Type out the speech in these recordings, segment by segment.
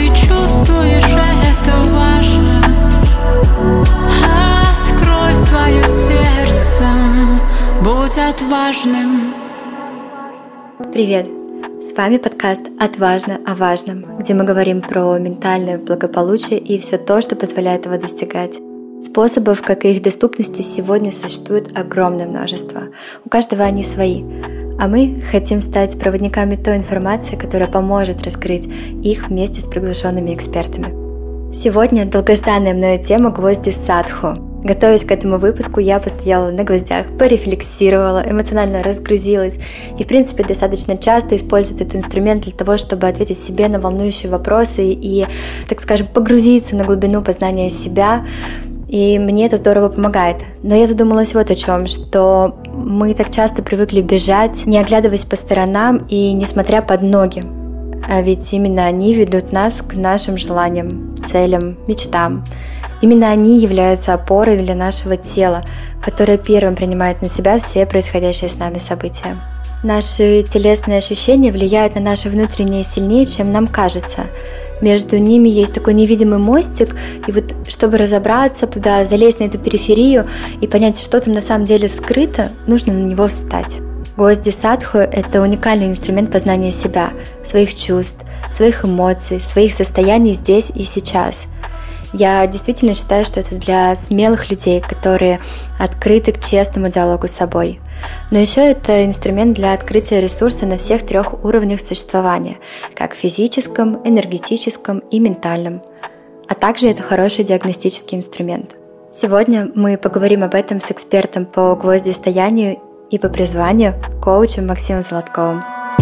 ты чувствуешь, это важно. Открой свое сердце, будь отважным. Привет! С вами подкаст «Отважно о важном», где мы говорим про ментальное благополучие и все то, что позволяет его достигать. Способов, как и их доступности, сегодня существует огромное множество. У каждого они свои. А мы хотим стать проводниками той информации, которая поможет раскрыть их вместе с приглашенными экспертами. Сегодня долгожданная мною тема «Гвозди садху». Готовясь к этому выпуску, я постояла на гвоздях, порефлексировала, эмоционально разгрузилась и, в принципе, достаточно часто использую этот инструмент для того, чтобы ответить себе на волнующие вопросы и, так скажем, погрузиться на глубину познания себя. И мне это здорово помогает. Но я задумалась вот о чем, что мы так часто привыкли бежать, не оглядываясь по сторонам и не смотря под ноги. А ведь именно они ведут нас к нашим желаниям, целям, мечтам. Именно они являются опорой для нашего тела, которое первым принимает на себя все происходящие с нами события. Наши телесные ощущения влияют на наши внутренние сильнее, чем нам кажется. Между ними есть такой невидимый мостик, и вот чтобы разобраться туда, залезть на эту периферию и понять, что там на самом деле скрыто, нужно на него встать. Гвозди садху – это уникальный инструмент познания себя, своих чувств, своих эмоций, своих состояний здесь и сейчас. Я действительно считаю, что это для смелых людей, которые открыты к честному диалогу с собой. Но еще это инструмент для открытия ресурса на всех 3 уровнях существования, как физическом, энергетическом и ментальном. А также это хороший диагностический инструмент. Сегодня мы поговорим об этом с экспертом по гвоздистоянию и по призванию, коучем Максимом Золотковым.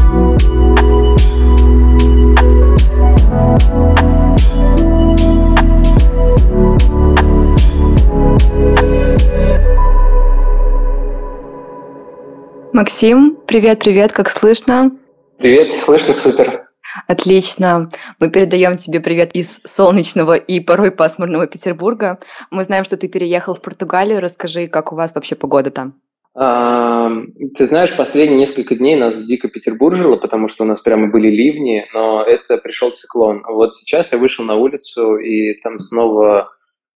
Максим, привет, как слышно? Привет, слышно супер. Отлично. Мы передаем тебе привет из солнечного и порой пасмурного Петербурга. Мы знаем, что ты переехал в Португалию. Расскажи, как у вас вообще погода там? Ты знаешь, последние несколько дней нас дико петербуржило, потому что у нас прямо были ливни, но это пришел циклон. Вот сейчас я вышел на улицу, и там снова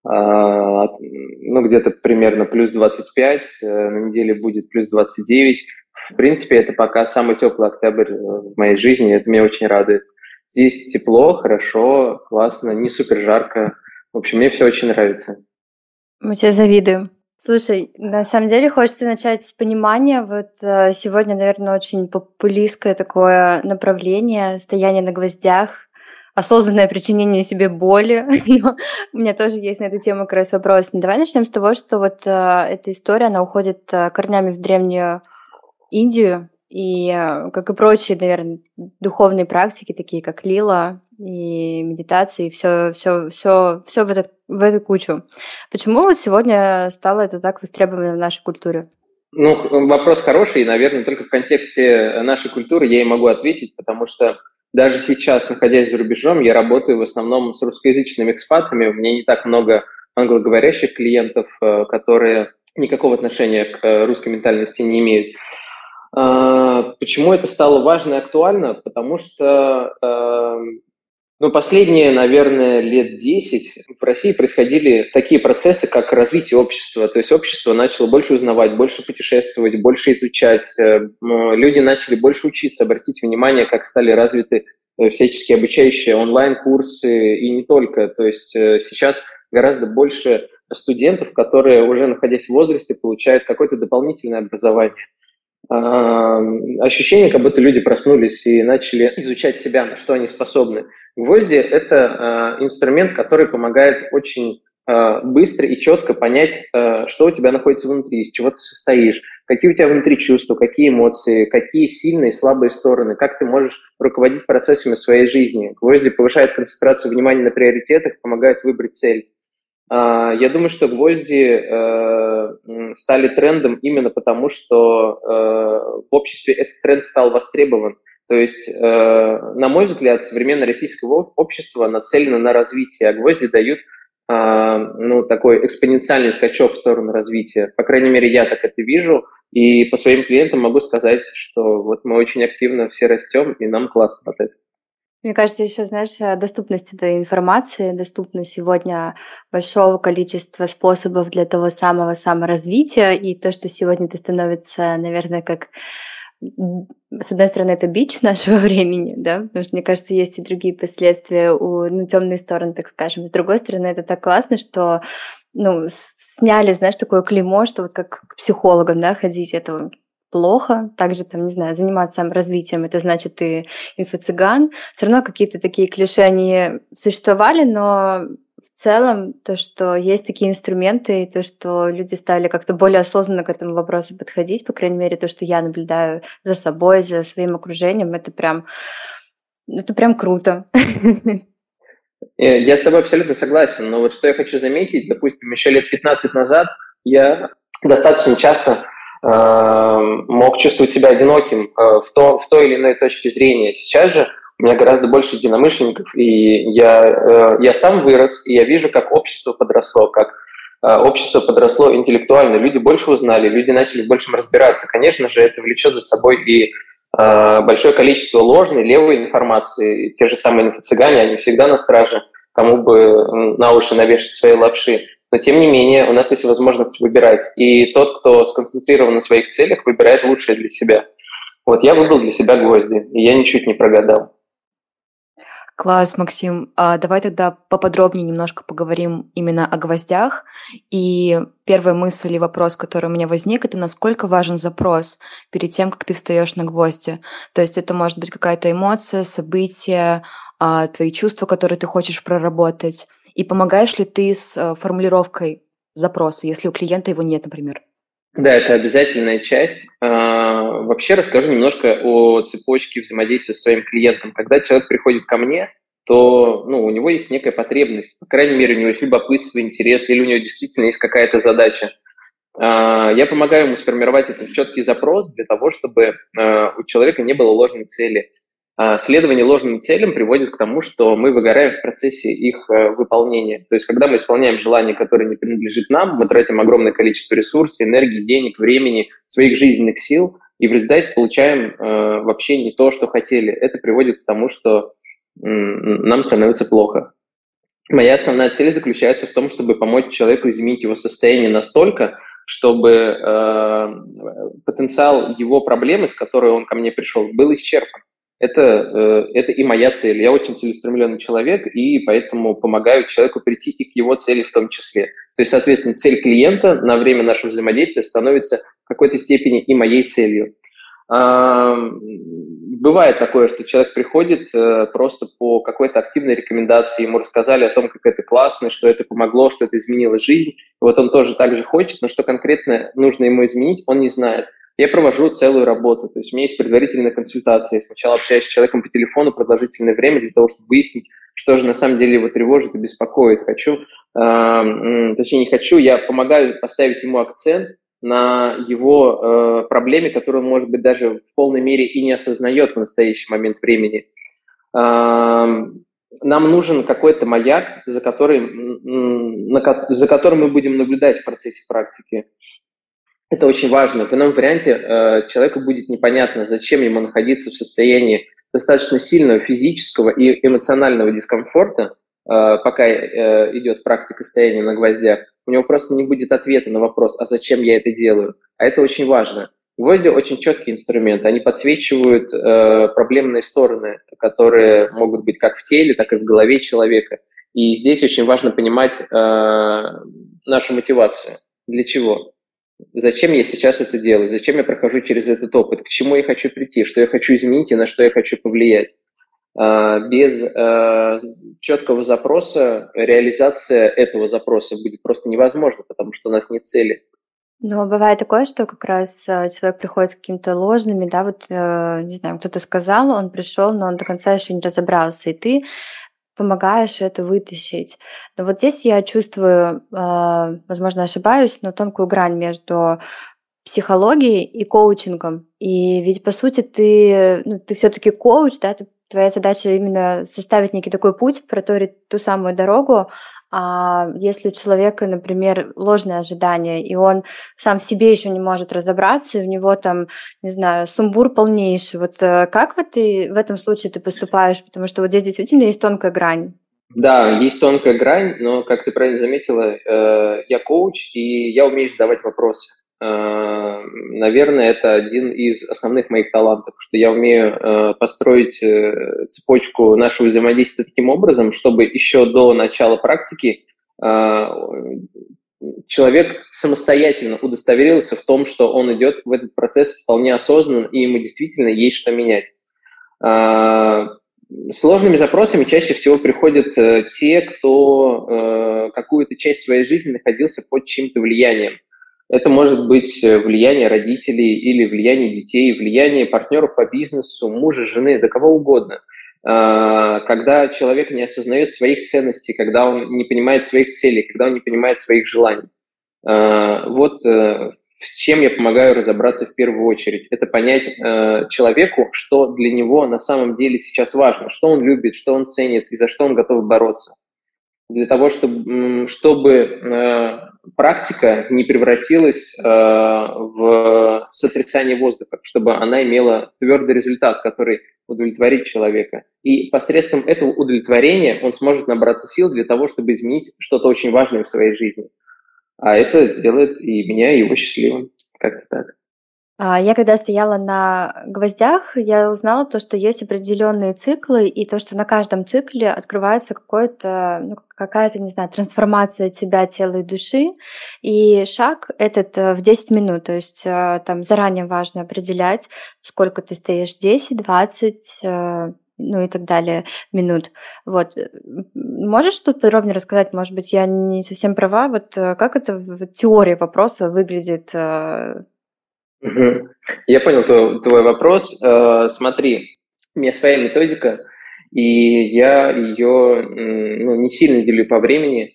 где-то примерно плюс 25, на неделе будет плюс 29. В принципе, это пока самый теплый октябрь в моей жизни, это меня очень радует. Здесь тепло, хорошо, классно, не супер жарко. В общем, мне все очень нравится. Мы тебе завидуем. Слушай, на самом деле хочется начать с понимания. Вот сегодня, наверное, очень популистское такое направление, стояние на гвоздях, осознанное причинение себе боли. Но у меня тоже есть на эту тему как раз вопрос. Давай начнем с того, что вот эта история, она уходит корнями в древнюю Индию, и, как и прочие, наверное, духовные практики, такие как лила и медитации, и все в эту кучу. Почему вот сегодня стало это так востребовано в нашей культуре? Вопрос хороший, и, наверное, только в контексте нашей культуры я и могу ответить, потому что даже сейчас, находясь за рубежом, я работаю в основном с русскоязычными экспатами, у меня не так много англоговорящих клиентов, которые никакого отношения к русской ментальности не имеют. Почему это стало важно и актуально? Потому что последние, наверное, лет 10 в России происходили такие процессы, как развитие общества. То есть общество начало больше узнавать, больше путешествовать, больше изучать. Люди начали больше учиться, обратить внимание, как стали развиты всяческие обучающие онлайн-курсы и не только. То есть сейчас гораздо больше студентов, которые, уже находясь в возрасте, получают какое-то дополнительное образование. Ощущение, как будто люди проснулись и начали изучать себя, на что они способны. Гвозди – это инструмент, который помогает очень быстро и четко понять, что у тебя находится внутри, из чего ты состоишь, какие у тебя внутри чувства, какие эмоции, какие сильные и слабые стороны, как ты можешь руководить процессами своей жизни. Гвозди повышают концентрацию внимания на приоритетах, помогают выбрать цель. Я думаю, что гвозди стали трендом именно потому, что в обществе этот тренд стал востребован. То есть, на мой взгляд, современное российское общество нацелено на развитие, а гвозди дают такой экспоненциальный скачок в сторону развития. По крайней мере, я так это вижу. И по своим клиентам могу сказать, что вот мы очень активно все растем, и нам классно от этого. Мне кажется, еще, знаешь, доступность этой информации, доступность сегодня большого количества способов для того самого саморазвития, и то, что сегодня это становится, наверное, как с одной стороны, это бич нашего времени, да, потому что, мне кажется, есть и другие последствия, темные стороны, так скажем. С другой стороны, это так классно, что, сняли, знаешь, такое клеймо, что вот как к психологам, да, ходить, это плохо. Также, там, не знаю, заниматься саморазвитием, это значит, ты инфо-цыган. Все равно какие-то такие клише, они существовали, но в целом то, что есть такие инструменты, и то, что люди стали как-то более осознанно к этому вопросу подходить, по крайней мере, то, что я наблюдаю за собой, за своим окружением, это прям круто. Я с тобой абсолютно согласен, но вот что я хочу заметить, допустим, еще лет 15 назад я достаточно часто мог чувствовать себя одиноким в той или иной точке зрения. Сейчас же у меня гораздо больше единомышленников, и я сам вырос, и я вижу, как общество подросло, как общество подросло интеллектуально, люди больше узнали, люди начали в большем разбираться. Конечно же, это влечет за собой и большое количество ложной, левой информации. Те же самые инфо-цыгане, они всегда на страже, кому бы на уши навешать свои лапши. Но, тем не менее, у нас есть возможность выбирать. И тот, кто сконцентрирован на своих целях, выбирает лучшее для себя. Вот я выбрал для себя гвозди, и я ничуть не прогадал. Класс, Максим. Давай тогда поподробнее немножко поговорим именно о гвоздях. И первая мысль и вопрос, который у меня возник, это насколько важен запрос перед тем, как ты встаешь на гвозди. То есть это может быть какая-то эмоция, событие, твои чувства, которые ты хочешь проработать. И помогаешь ли ты с формулировкой запроса, если у клиента его нет, например? Да, это обязательная часть. Вообще расскажу немножко о цепочке взаимодействия с своим клиентом. Когда человек приходит ко мне, то у него есть некая потребность, по крайней мере, у него есть любопытство, интерес, или у него действительно есть какая-то задача. Я помогаю ему сформировать этот четкий запрос для того, чтобы у человека не было ложной цели. Следование ложным целям приводит к тому, что мы выгораем в процессе их выполнения. То есть, когда мы исполняем желание, которое не принадлежит нам, мы тратим огромное количество ресурсов, энергии, денег, времени, своих жизненных сил, и в результате получаем вообще не то, что хотели. Это приводит к тому, что нам становится плохо. Моя основная цель заключается в том, чтобы помочь человеку изменить его состояние настолько, чтобы потенциал его проблемы, с которой он ко мне пришел, был исчерпан. Это и моя цель. Я очень целеустремленный человек, и поэтому помогаю человеку прийти и к его цели в том числе. То есть, соответственно, цель клиента на время нашего взаимодействия становится в какой-то степени и моей целью. Бывает такое, что человек приходит просто по какой-то активной рекомендации, ему рассказали о том, как это классно, что это помогло, что это изменило жизнь. Вот он тоже так же хочет, но что конкретно нужно ему изменить, он не знает. Я провожу целую работу, то есть у меня есть предварительная консультация. Я сначала общаюсь с человеком по телефону продолжительное время для того, чтобы выяснить, что же на самом деле его тревожит и беспокоит. Я помогаю поставить ему акцент на его проблеме, которую он, может быть, даже в полной мере и не осознает в настоящий момент времени. Нам нужен какой-то маяк, за которым мы будем наблюдать в процессе практики. Это очень важно. В ином варианте человеку будет непонятно, зачем ему находиться в состоянии достаточно сильного физического и эмоционального дискомфорта, пока идет практика стояния на гвоздях. У него просто не будет ответа на вопрос, а зачем я это делаю. А это очень важно. Гвозди очень четкий инструмент. Они подсвечивают проблемные стороны, которые могут быть как в теле, так и в голове человека. И здесь очень важно понимать нашу мотивацию. Для чего? Зачем я сейчас это делаю? Зачем я прохожу через этот опыт? К чему я хочу прийти? Что я хочу изменить и на что я хочу повлиять? Без четкого запроса реализация этого запроса будет просто невозможна, потому что у нас нет цели. Но бывает такое, что как раз человек приходит с какими-то ложными, да, не знаю, кто-то сказал, он пришел, но он до конца еще не разобрался, и ты помогаешь это вытащить. Но вот здесь я чувствую, возможно, ошибаюсь, но тонкую грань между психологией и коучингом. И ведь, по сути, ты все-таки коуч, да, твоя задача именно составить некий такой путь, проторить ту самую дорогу, А если у человека, например, ложные ожидания, и он сам в себе еще не может разобраться, и у него там, не знаю, сумбур полнейший, вот как вот ты в этом случае ты поступаешь? Потому что вот здесь действительно есть тонкая грань. Да, есть тонкая грань, но, как ты правильно заметила, я коуч, и я умею задавать вопросы. Наверное, это один из основных моих талантов, что я умею построить цепочку нашего взаимодействия таким образом, чтобы еще до начала практики человек самостоятельно удостоверился в том, что он идет в этот процесс вполне осознанно, и ему действительно есть что менять. Сложными запросами чаще всего приходят те, кто какую-то часть своей жизни находился под чьим-то влиянием. Это может быть влияние родителей или влияние детей, влияние партнеров по бизнесу, мужа, жены, да кого угодно. Когда человек не осознает своих ценностей, когда он не понимает своих целей, когда он не понимает своих желаний. Вот с чем я помогаю разобраться в первую очередь. Это понять человеку, что для него на самом деле сейчас важно, что он любит, что он ценит и за что он готов бороться. Для того, чтобы практика не превратилась в сотрясание воздуха, чтобы она имела твердый результат, который удовлетворит человека. И посредством этого удовлетворения он сможет набраться сил для того, чтобы изменить что-то очень важное в своей жизни. А это сделает и меня, и его счастливым. Как-то так. Я когда стояла на гвоздях, я узнала то, что есть определенные циклы, и то, что на каждом цикле открывается какая-то, не знаю, трансформация тебя, тела и души. И шаг этот в 10 минут, то есть там заранее важно определять, сколько ты стоишь, 10, 20, ну и так далее, минут. Вот. Можешь тут подробнее рассказать, может быть, я не совсем права, вот как это в теории вопроса выглядит? Я понял твой вопрос. Смотри, у меня своя методика, и я ее не сильно делю по времени.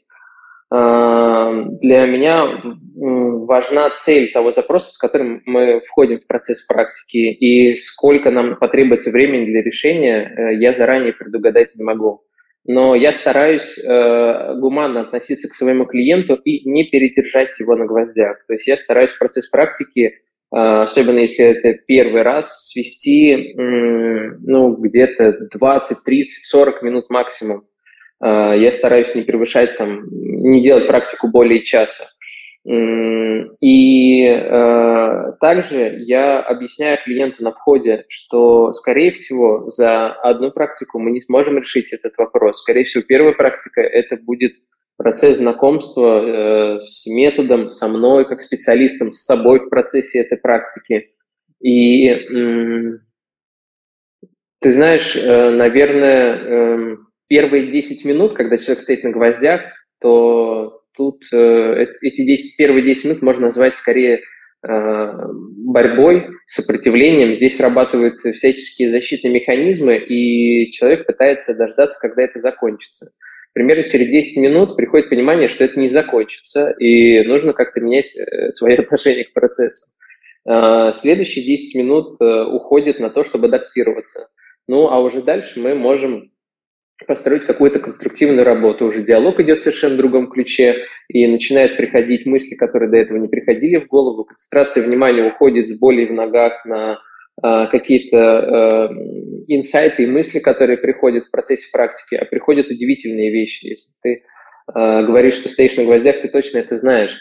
Для меня важна цель того запроса, с которым мы входим в процесс практики, и сколько нам потребуется времени для решения, я заранее предугадать не могу. Но я стараюсь гуманно относиться к своему клиенту и не передержать его на гвоздях. То есть я стараюсь в процесс практики, особенно если это первый раз, свести где-то 20, 30, 40 минут максимум. Я стараюсь не превышать, не делать практику более часа. И также я объясняю клиенту на входе, что, скорее всего, за одну практику мы не сможем решить этот вопрос. Скорее всего, первая практика – это будет процесс знакомства с методом, со мной, как специалистом, с собой в процессе этой практики. И ты знаешь, наверное, первые 10 минут, когда человек стоит на гвоздях, то тут первые 10 минут можно назвать скорее борьбой, сопротивлением. Здесь срабатывают всяческие защитные механизмы, и человек пытается дождаться, когда это закончится. Примерно через 10 минут приходит понимание, что это не закончится, и нужно как-то менять свои отношения к процессу. Следующие 10 минут уходит на то, чтобы адаптироваться. Ну, а уже дальше мы можем построить какую-то конструктивную работу. Уже диалог идет в совершенно другом ключе, и начинают приходить мысли, которые до этого не приходили в голову. Концентрация внимания уходит с болей в ногах на какие-то инсайты и мысли, которые приходят в процессе практики, а приходят удивительные вещи. Если ты говоришь, что стоишь на гвоздях, ты точно это знаешь.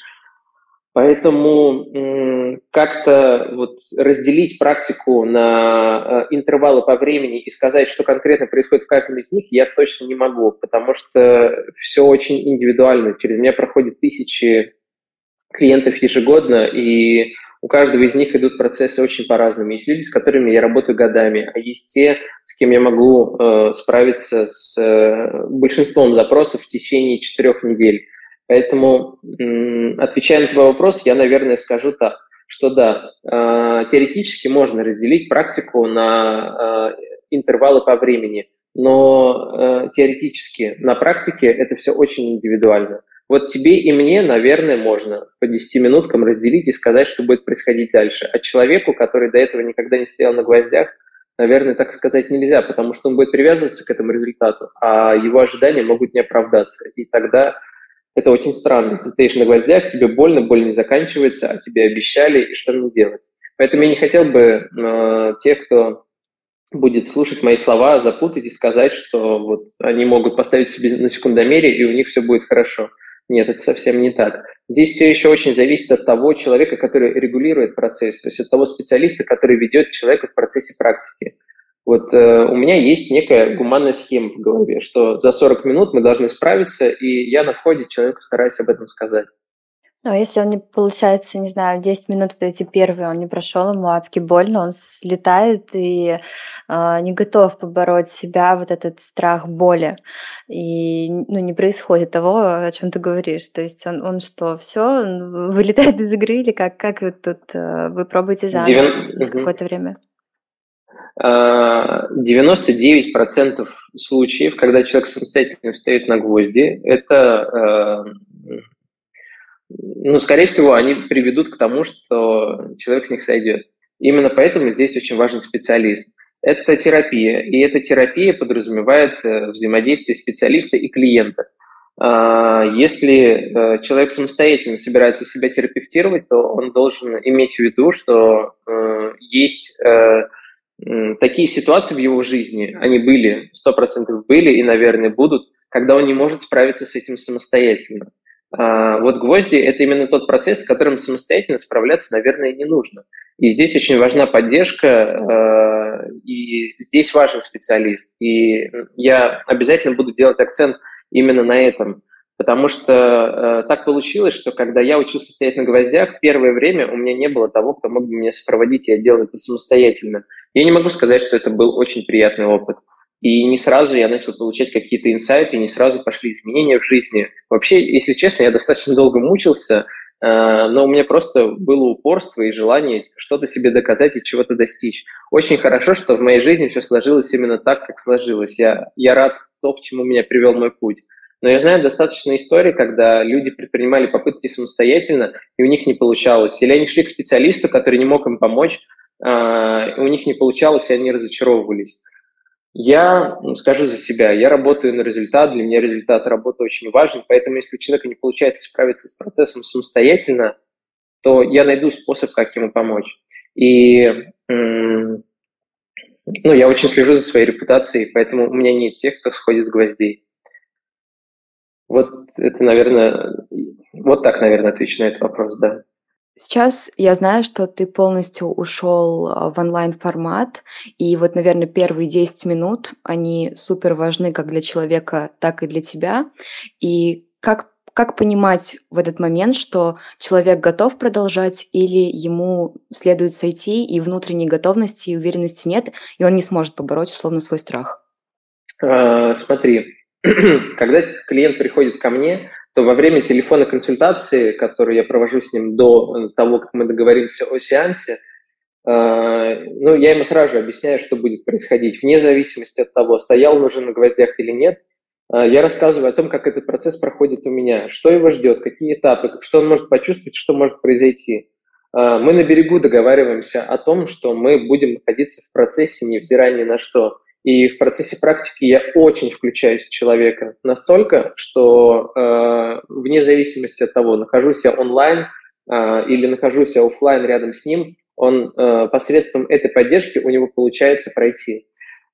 Поэтому как-то разделить практику на интервалы по времени и сказать, что конкретно происходит в каждом из них, я точно не могу, потому что все очень индивидуально. Через меня проходят тысячи клиентов ежегодно, и у каждого из них идут процессы очень по-разному. Есть люди, с которыми я работаю годами, а есть те, с кем я могу справиться с большинством запросов в течение 4 недель. Поэтому, отвечая на твой вопрос, я, наверное, скажу так, что да, теоретически можно разделить практику на интервалы по времени, но теоретически на практике это все очень индивидуально. Вот тебе и мне, наверное, можно по 10 минуткам разделить и сказать, что будет происходить дальше. А человеку, который до этого никогда не стоял на гвоздях, наверное, так сказать нельзя, потому что он будет привязываться к этому результату, а его ожидания могут не оправдаться. И тогда это очень странно. Ты стоишь на гвоздях, тебе больно, боль не заканчивается, а тебе обещали, и что мне делать? Поэтому я не хотел бы тех, кто будет слушать мои слова, запутать и сказать, что вот они могут поставить себе на секундомере, и у них все будет хорошо. Нет, это совсем не так. Здесь все еще очень зависит от того человека, который регулирует процесс, то есть от того специалиста, который ведет человека в процессе практики. Вот у меня есть некая гуманная схема в голове, что за 40 минут мы должны справиться, и я на входе человеку стараюсь об этом сказать. Ну, а если он не получается, не знаю, 10 минут вот эти первые, он не прошел, ему адски больно, он слетает и не готов побороть себя, вот этот страх боли. И не происходит того, о чем ты говоришь. То есть он что, все, вылетает из игры, или как вы тут вы пробуете заново через какое-то время? 99% случаев, когда человек самостоятельно встает на гвозди, это, скорее всего, они приведут к тому, что человек с них сойдет. Именно поэтому здесь очень важен специалист. Это терапия, и эта терапия подразумевает взаимодействие специалиста и клиента. Если человек самостоятельно собирается себя терапевтировать, то он должен иметь в виду, что есть такие ситуации в его жизни, они были, 100% были и, наверное, будут, когда он не может справиться с этим самостоятельно. Вот гвозди – это именно тот процесс, с которым самостоятельно справляться, наверное, не нужно. И здесь очень важна поддержка, и здесь важен специалист. И я обязательно буду делать акцент именно на этом, потому что так получилось, что когда я учился стоять на гвоздях, первое время у меня не было того, кто мог бы меня сопроводить, и я делал это самостоятельно. Я не могу сказать, что это был очень приятный опыт. И не сразу я начал получать какие-то инсайты, не сразу пошли изменения в жизни. Вообще, если честно, я достаточно долго мучился, но у меня просто было упорство и желание что-то себе доказать и чего-то достичь. Очень хорошо, что в моей жизни все сложилось именно так, как сложилось. Я рад тому, к чему меня привел мой путь. Но я знаю достаточно историй, когда люди предпринимали попытки самостоятельно, и у них не получалось. Или они шли к специалисту, который не мог им помочь, и у них не получалось, и они разочаровывались. Я скажу за себя, я работаю на результат, для меня результат работы очень важен, поэтому если у человека не получается справиться с процессом самостоятельно, то я найду способ, как ему помочь. И я очень слежу за своей репутацией, поэтому у меня нет тех, кто сходит с гвоздей. Вот это, наверное, вот так, наверное, отвечу на этот вопрос, да. Сейчас я знаю, что ты полностью ушел в онлайн-формат, и вот, наверное, первые 10 минут, они супер важны как для человека, так и для тебя. И как понимать в этот момент, что человек готов продолжать или ему следует сойти, и внутренней готовности и уверенности нет, и он не сможет побороть, условно, свой страх? Смотри, когда клиент приходит ко мне, то во время телефонной консультации, которую я провожу с ним до того, как мы договоримся о сеансе, я ему сразу же объясняю, что будет происходить. Вне зависимости от того, стоял он уже на гвоздях или нет, я рассказываю о том, как этот процесс проходит у меня, что его ждет, какие этапы, что он может почувствовать, что может произойти. Мы на берегу договариваемся о том, что мы будем находиться в процессе, невзирая ни на что. И в процессе практики я очень включаюсь в человека настолько, что вне зависимости от того, нахожусь я онлайн или нахожусь я офлайн рядом с ним, он посредством этой поддержки у него получается пройти.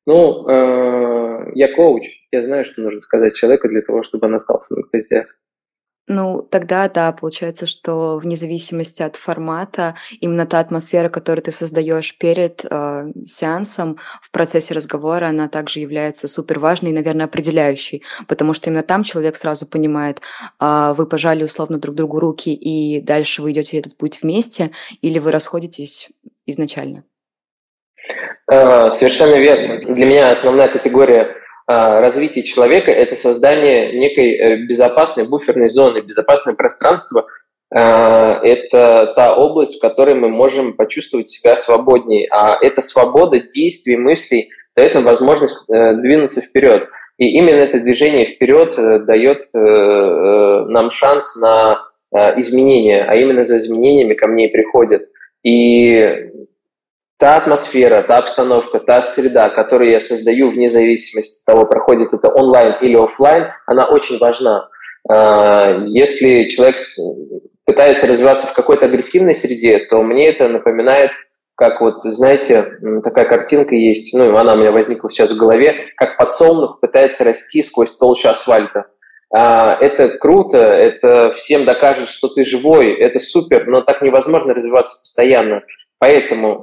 Я коуч, я знаю, что нужно сказать человеку для того, чтобы он остался на гвоздях. Тогда, да, получается, что вне зависимости от формата, именно та атмосфера, которую ты создаешь перед сеансом в процессе разговора, она также является супер важной и, наверное, определяющей, потому что именно там человек сразу понимает, вы пожали условно друг другу руки, и дальше вы идете этот путь вместе, или вы расходитесь изначально. Совершенно верно. Для меня основная категория развития человека – это создание некой безопасной буферной зоны, безопасное пространство. Это та область, в которой мы можем почувствовать себя свободнее. А эта свобода действий, мыслей дает нам возможность двинуться вперед. И именно это движение вперед дает нам шанс на изменения, а именно за изменениями ко мне и приходят. И та атмосфера, та обстановка, та среда, которую я создаю вне зависимости от того, проходит это онлайн или офлайн, она очень важна. Если человек пытается развиваться в какой-то агрессивной среде, то мне это напоминает, как вот, знаете, такая картинка есть, ну, она у меня возникла сейчас в голове, как подсолнух пытается расти сквозь толщу асфальта. Это круто, это всем докажет, что ты живой, это супер, но так невозможно развиваться постоянно. Поэтому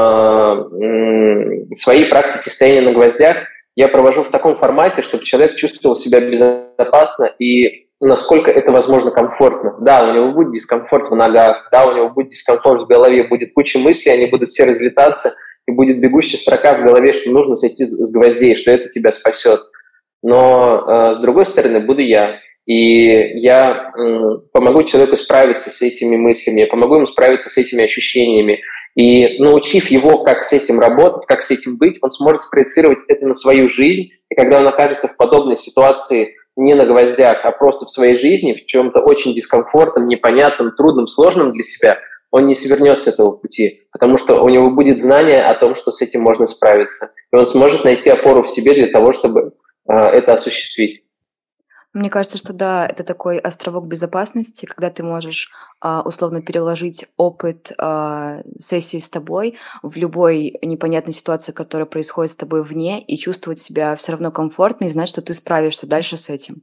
свои практики стояния на гвоздях я провожу в таком формате, чтобы человек чувствовал себя безопасно и насколько это возможно комфортно. Да, у него будет дискомфорт в ногах, да, у него будет дискомфорт в голове, будет куча мыслей, они будут все разлетаться, и будет бегущая строка в голове, что нужно сойти с гвоздей, что это тебя спасет. Но с другой стороны буду я. И я помогу человеку справиться с этими мыслями, я помогу ему справиться с этими ощущениями. И научив его, как с этим работать, как с этим быть, он сможет спроецировать это на свою жизнь. И когда он окажется в подобной ситуации не на гвоздях, а просто в своей жизни, в чем-то очень дискомфортном, непонятном, трудном, сложном для себя, он не свернет с этого пути, потому что у него будет знание о том, что с этим можно справиться. И он сможет найти опору в себе для того, чтобы это осуществить. Мне кажется, что да, это такой островок безопасности, когда ты можешь условно переложить опыт сессии с тобой в любой непонятной ситуации, которая происходит с тобой вне, и чувствовать себя все равно комфортно и знать, что ты справишься дальше с этим.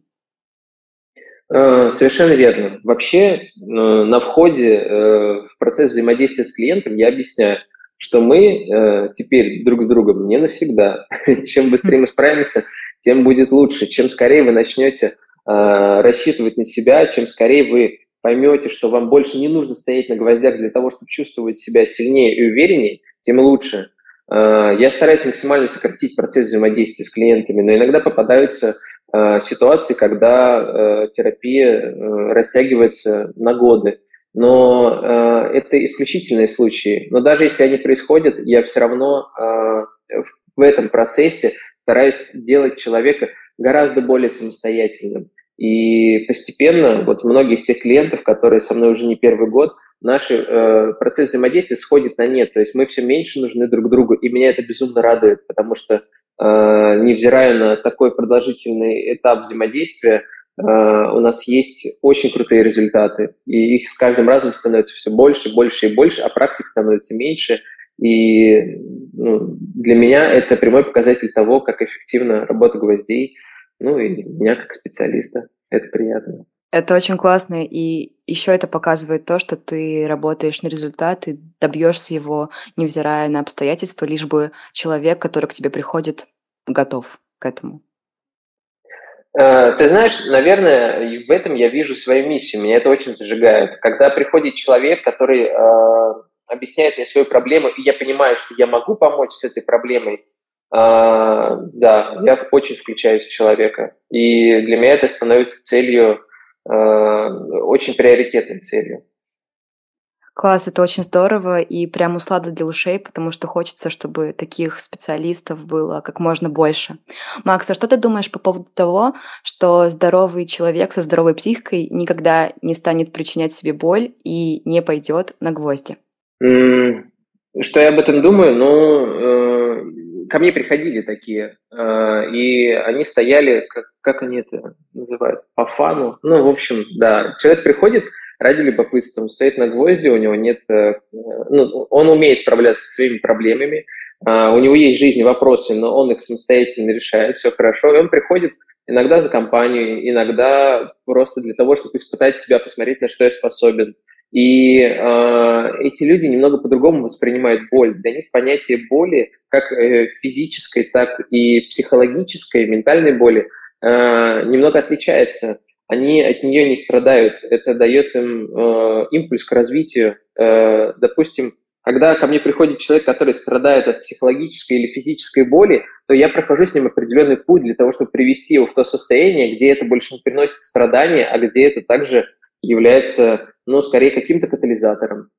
Совершенно верно. Вообще на входе в процесс взаимодействия с клиентом я объясняю, что мы теперь друг с другом не навсегда. Чем быстрее мы справимся, тем будет лучше. Чем скорее вы начнете рассчитывать на себя, чем скорее вы поймете, что вам больше не нужно стоять на гвоздях для того, чтобы чувствовать себя сильнее и увереннее, тем лучше. Я стараюсь максимально сократить процесс взаимодействия с клиентами, но иногда попадаются ситуации, когда терапия растягивается на годы. Но это исключительные случаи. Но даже если они происходят, я все равно в этом процессе стараюсь делать человека гораздо более самостоятельным. И постепенно, вот многие из тех клиентов, которые со мной уже не первый год, наш процесс взаимодействия сходит на нет. То есть мы все меньше нужны друг другу, и меня это безумно радует, потому что, невзирая на такой продолжительный этап взаимодействия, у нас есть очень крутые результаты, и их с каждым разом становится все больше, больше и больше, а практик становится меньше. И для меня это прямой показатель того, как эффективна работа гвоздей, ну и меня как специалиста. Это приятно. Это очень классно, и еще это показывает то, что ты работаешь на результат и добьешься его, невзирая на обстоятельства, лишь бы человек, который к тебе приходит, готов к этому. Ты знаешь, наверное, в этом я вижу свою миссию, меня это очень зажигает. Когда приходит человек, который объясняет мне свою проблему, и я понимаю, что я могу помочь с этой проблемой, да, я очень включаюсь в человека. И для меня это становится целью, очень приоритетной целью. Класс, это очень здорово и прям услада для ушей, потому что хочется, чтобы таких специалистов было как можно больше. Макс, а что ты думаешь по поводу того, что здоровый человек со здоровой психикой никогда не станет причинять себе боль и не пойдет на гвозди? Что я об этом думаю? Ко мне приходили такие, и они стояли, как они это называют, по фану. В общем, да, человек приходит ради любопытства, он стоит на гвозди, у него нет... он умеет справляться со своими проблемами, у него есть в жизни вопросы, но он их самостоятельно решает, все хорошо, и он приходит иногда за компанию, иногда просто для того, чтобы испытать себя, посмотреть, на что я способен. И эти люди немного по-другому воспринимают боль. Для них понятие боли, как физической, так и психологической, ментальной боли, немного отличается. Они от нее не страдают. Это дает им импульс к развитию. Допустим, когда ко мне приходит человек, который страдает от психологической или физической боли, то я прохожу с ним определенный путь для того, чтобы привести его в то состояние, где это больше не приносит страдания, а где это также является, скорее каким-то катализатором.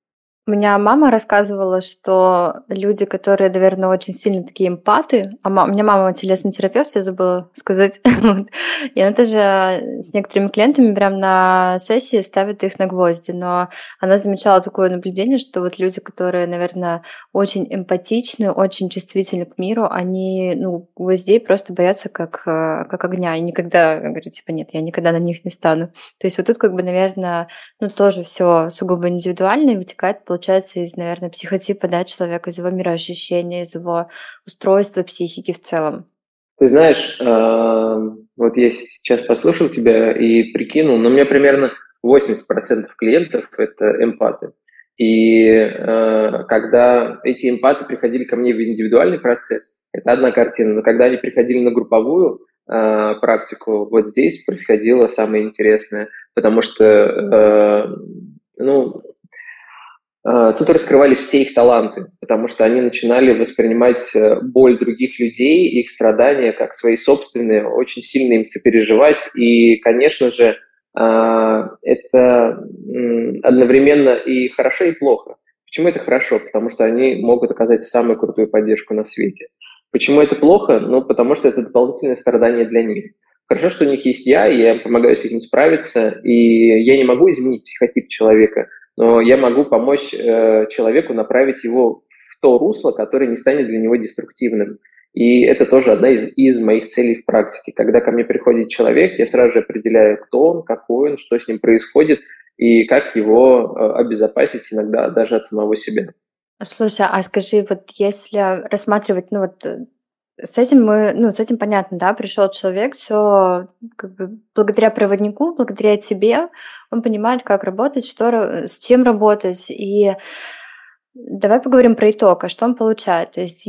У меня мама рассказывала, что люди, которые, наверное, очень сильно такие эмпаты, у меня мама телесный терапевт, я забыла сказать, вот. И она тоже с некоторыми клиентами прям на сессии ставит их на гвозди, но она замечала такое наблюдение, что вот люди, которые, наверное, очень эмпатичны, очень чувствительны к миру, они, ну, гвоздей просто боятся как огня, и никогда, говорят, типа, нет, я никогда на них не стану. То есть вот тут как бы, наверное, ну, тоже все сугубо индивидуально и вытекает, получается, из, наверное, психотипа, да, человека, из его мироощущения, из его устройства психики в целом. Ты знаешь, вот я сейчас послушал тебя и прикинул, но у меня примерно 80% клиентов – это эмпаты. И когда эти эмпаты приходили ко мне в индивидуальный процесс, это одна картина, но когда они приходили на групповую практику, вот здесь происходило самое интересное, потому что, ну, тут раскрывались все их таланты, потому что они начинали воспринимать боль других людей, их страдания как свои собственные, очень сильно им сопереживать. И, конечно же, это одновременно и хорошо, и плохо. Почему это хорошо? Потому что они могут оказать самую крутую поддержку на свете. Почему это плохо? Ну, потому что это дополнительное страдание для них. Хорошо, что у них есть я, и я помогаю с этим справиться, и я не могу изменить психотип человека, но я могу помочь человеку направить его в то русло, которое не станет для него деструктивным. И это тоже одна из моих целей в практике. Когда ко мне приходит человек, я сразу же определяю, кто он, какой он, что с ним происходит, и как его обезопасить иногда даже от самого себя. Слушай, а скажи, вот если рассматривать, ну вот с этим с этим понятно, да, пришел человек, все как бы благодаря проводнику, благодаря тебе, он понимает, как работать, с чем работать. И давай поговорим про итог, а что он получает. То есть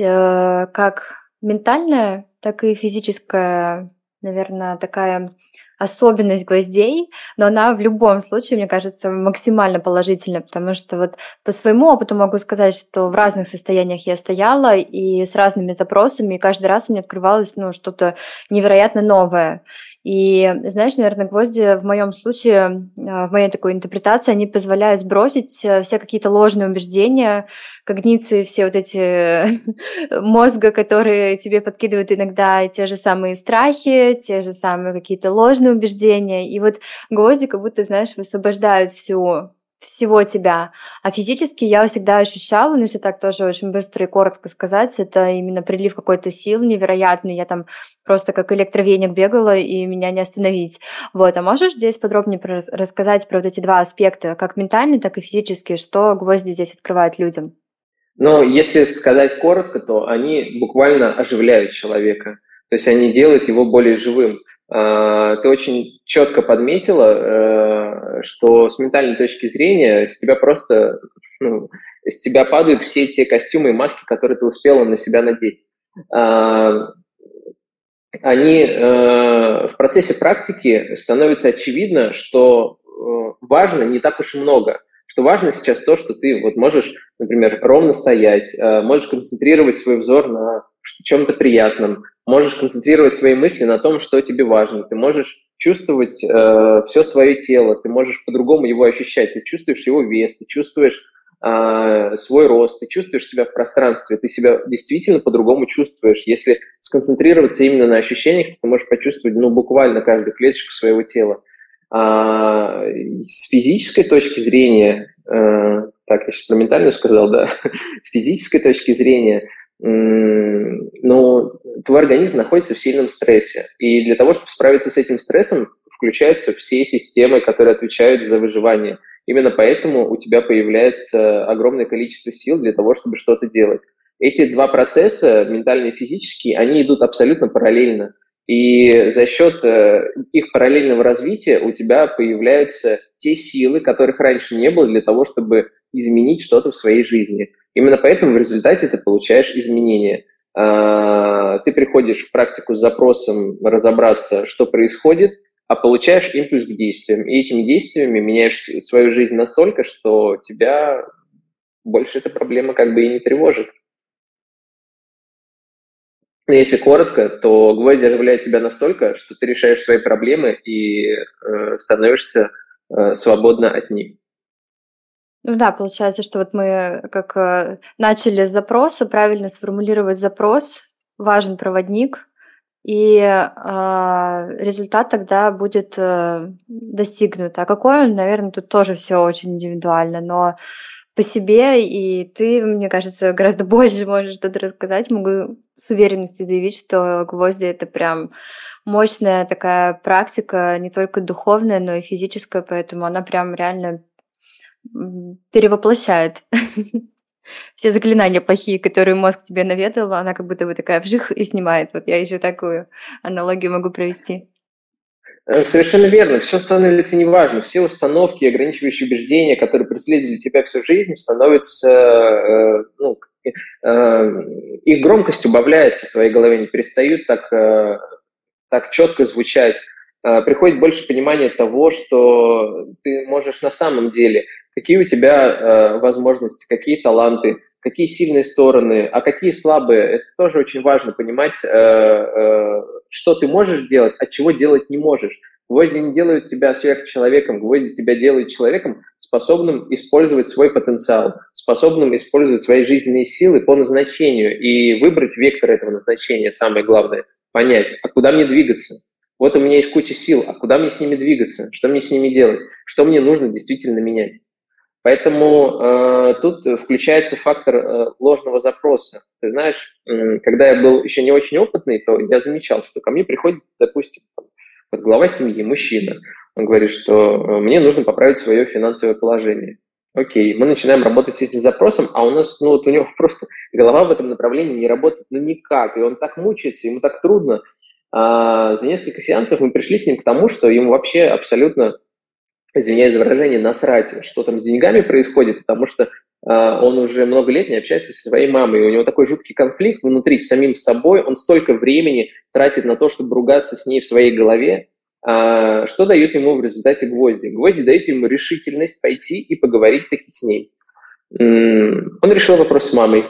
как ментальная, так и физическая, наверное, такая особенность гвоздей, но она в любом случае, мне кажется, максимально положительная, потому что вот по своему опыту могу сказать, что в разных состояниях я стояла и с разными запросами, и каждый раз мне открывалось что-то невероятно новое. И, знаешь, наверное, гвозди в моем случае, в моей такой интерпретации, они позволяют сбросить все какие-то ложные убеждения, когниции, все вот эти мозга, которые тебе подкидывают иногда те же самые страхи, те же самые какие-то ложные убеждения. И вот гвозди как будто, знаешь, высвобождают всего тебя. А физически я всегда ощущала, если так тоже очень быстро и коротко сказать, это именно прилив какой-то сил невероятный. Я там просто как электровеник бегала, и меня не остановить. Вот. А можешь здесь подробнее рассказать про вот эти два аспекта, как ментальный, так и физический, что гвозди здесь открывают людям? Но если сказать коротко, то они буквально оживляют человека. То есть они делают его более живым. Ты очень четко подметила, что с ментальной точки зрения с тебя падают все те костюмы и маски, которые ты успела на себя надеть. В процессе практики становится очевидно, что важно не так уж и много. Что важно сейчас то, что ты вот можешь, например, ровно стоять, можешь концентрировать свой взор на чем-то приятном, можешь концентрировать свои мысли на том, что тебе важно. Ты можешь чувствовать все свое тело, ты можешь по-другому его ощущать. Ты чувствуешь его вес, ты чувствуешь свой рост, ты чувствуешь себя в пространстве, ты себя действительно по-другому чувствуешь. Если сконцентрироваться именно на ощущениях, ты можешь почувствовать буквально каждую клеточку своего тела. С физической точки зрения, так, я сейчас про ментальную сказал, да, с физической точки зрения, твой организм находится в сильном стрессе. И для того, чтобы справиться с этим стрессом, включаются все системы, которые отвечают за выживание. Именно поэтому у тебя появляется огромное количество сил для того, чтобы что-то делать. Эти два процесса, ментальный и физический, они идут абсолютно параллельно. И за счет их параллельного развития у тебя появляются те силы, которых раньше не было для того, чтобы изменить что-то в своей жизни. Именно поэтому в результате ты получаешь изменения. Ты приходишь в практику с запросом разобраться, что происходит, а получаешь импульс к действиям. И этими действиями меняешь свою жизнь настолько, что тебя больше эта проблема как бы и не тревожит. Но если коротко, то гвозди оживляют тебя настолько, что ты решаешь свои проблемы и становишься свободна от них. Ну да, получается, что вот мы как начали с запроса, правильно сформулировать запрос, важен проводник, и результат тогда будет достигнут. А какой он, наверное, тут тоже все очень индивидуально, но по себе, и ты, мне кажется, гораздо больше можешь что-то рассказать. Могу с уверенностью заявить, что гвозди — это прям мощная такая практика, не только духовная, но и физическая, поэтому она прям реально перевоплощает все заклинания плохие, которые мозг тебе наведал, она как будто бы такая вжих и снимает. Вот я еще такую аналогию могу провести. Совершенно верно. Все становится неважно. Все установки, ограничивающие убеждения, которые преследовали тебя всю жизнь, становятся, их громкость убавляется в твоей голове, не перестают так четко звучать. Приходит больше понимания того, что ты можешь на самом деле, какие у тебя возможности, какие таланты, какие сильные стороны, а какие слабые. Это тоже очень важно понимать, что ты можешь делать, а чего делать не можешь. Гвозди не делают тебя сверхчеловеком, гвозди тебя делают человеком, способным использовать свой потенциал, способным использовать свои жизненные силы по назначению и выбрать вектор этого назначения, самое главное, понять, а куда мне двигаться. Вот у меня есть куча сил, а куда мне с ними двигаться, что мне с ними делать, что мне нужно действительно менять. Поэтому тут включается фактор ложного запроса. Ты знаешь, когда я был еще не очень опытный, то я замечал, что ко мне приходит, допустим, вот глава семьи, мужчина. Он говорит, что мне нужно поправить свое финансовое положение. Окей, мы начинаем работать с этим запросом, а у нас, у него просто голова в этом направлении не работает никак, и он так мучается, ему так трудно. За несколько сеансов мы пришли с ним к тому, что ему вообще абсолютно, извиняюсь за выражение, насрать, что там с деньгами происходит, потому что он уже много лет не общается со своей мамой, и у него такой жуткий конфликт внутри с самим собой, он столько времени тратит на то, чтобы ругаться с ней в своей голове. Что дают ему в результате гвозди? Гвозди дают ему решительность пойти и поговорить таки с ней. Он решил вопрос с мамой.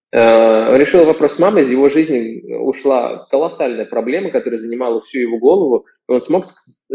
Из его жизни ушла колоссальная проблема, которая занимала всю его голову, и он смог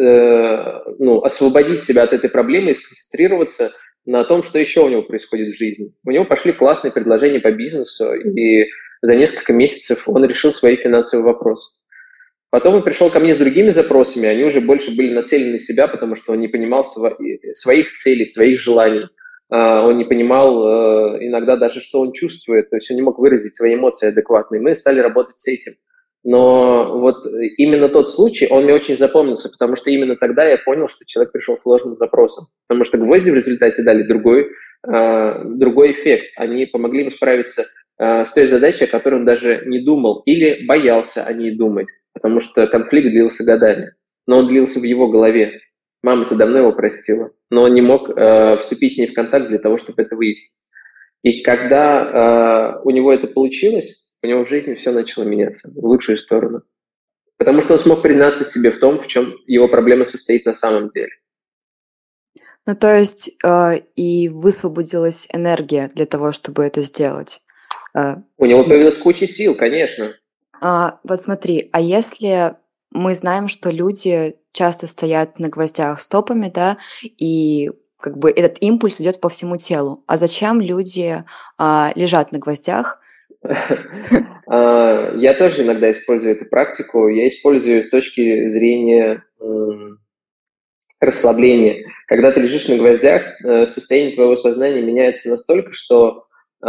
освободить себя от этой проблемы и сконцентрироваться на том, что еще у него происходит в жизни. У него пошли классные предложения по бизнесу, и за несколько месяцев он решил свои финансовые вопросы. Потом он пришел ко мне с другими запросами, они уже больше были нацелены на себя, потому что он не понимал своих целей, своих желаний. Он не понимал иногда даже, что он чувствует, то есть он не мог выразить свои эмоции адекватно, и мы стали работать с этим. Но вот именно тот случай, он мне очень запомнился, потому что именно тогда я понял, что человек пришел с сложным запросом, потому что гвозди в результате дали другой эффект. Они помогли ему справиться с той задачей, о которой он даже не думал или боялся о ней думать, потому что конфликт длился годами, но он длился в его голове. Мама-то давно его простила, но он не мог вступить с ней в контакт для того, чтобы это выяснить. И когда у него это получилось, у него в жизни все начало меняться в лучшую сторону. Потому что он смог признаться себе в том, в чем его проблема состоит на самом деле. Ну, то есть и высвободилась энергия для того, чтобы это сделать. У него появилась куча сил, конечно. Вот смотри, а если мы знаем, что люди часто стоят на гвоздях стопами, да, и как бы этот импульс идет по всему телу. А зачем люди лежат на гвоздях? Я тоже иногда использую эту практику. Я использую с точки зрения расслабления. Когда ты лежишь на гвоздях, состояние твоего сознания меняется настолько, что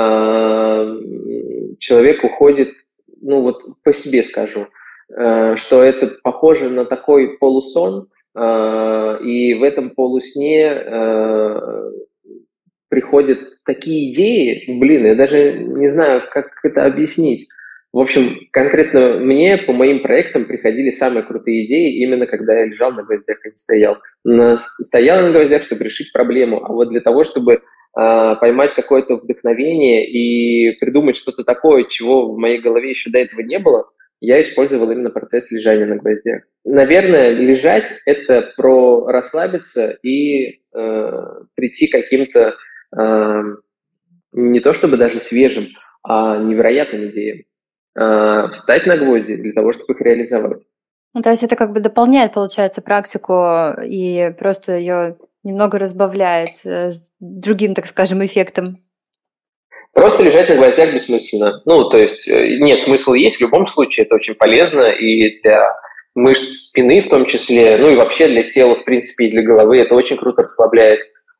человек уходит, по себе скажу, что это похоже на такой полусон, и в этом полусне приходят такие идеи, я даже не знаю, как это объяснить. В общем, конкретно мне по моим проектам приходили самые крутые идеи именно когда я лежал на гвоздях, а не стоял. Стоял на гвоздях, чтобы решить проблему, а вот для того, чтобы поймать какое-то вдохновение и придумать что-то такое, чего в моей голове еще до этого не было, я использовал именно процесс лежания на гвоздях. Наверное, лежать – это про расслабиться и прийти к каким-то не то чтобы даже свежим, а невероятным идеям. Встать на гвозди для того, чтобы их реализовать. То есть это как бы дополняет, получается, практику и просто ее немного разбавляет с другим, так скажем, эффектом? Просто лежать на гвоздях бессмысленно. Ну, то есть, нет, смысл есть в любом случае, это очень полезно и для мышц спины в том числе, ну и вообще для тела, в принципе, и для головы это очень круто расслабляет.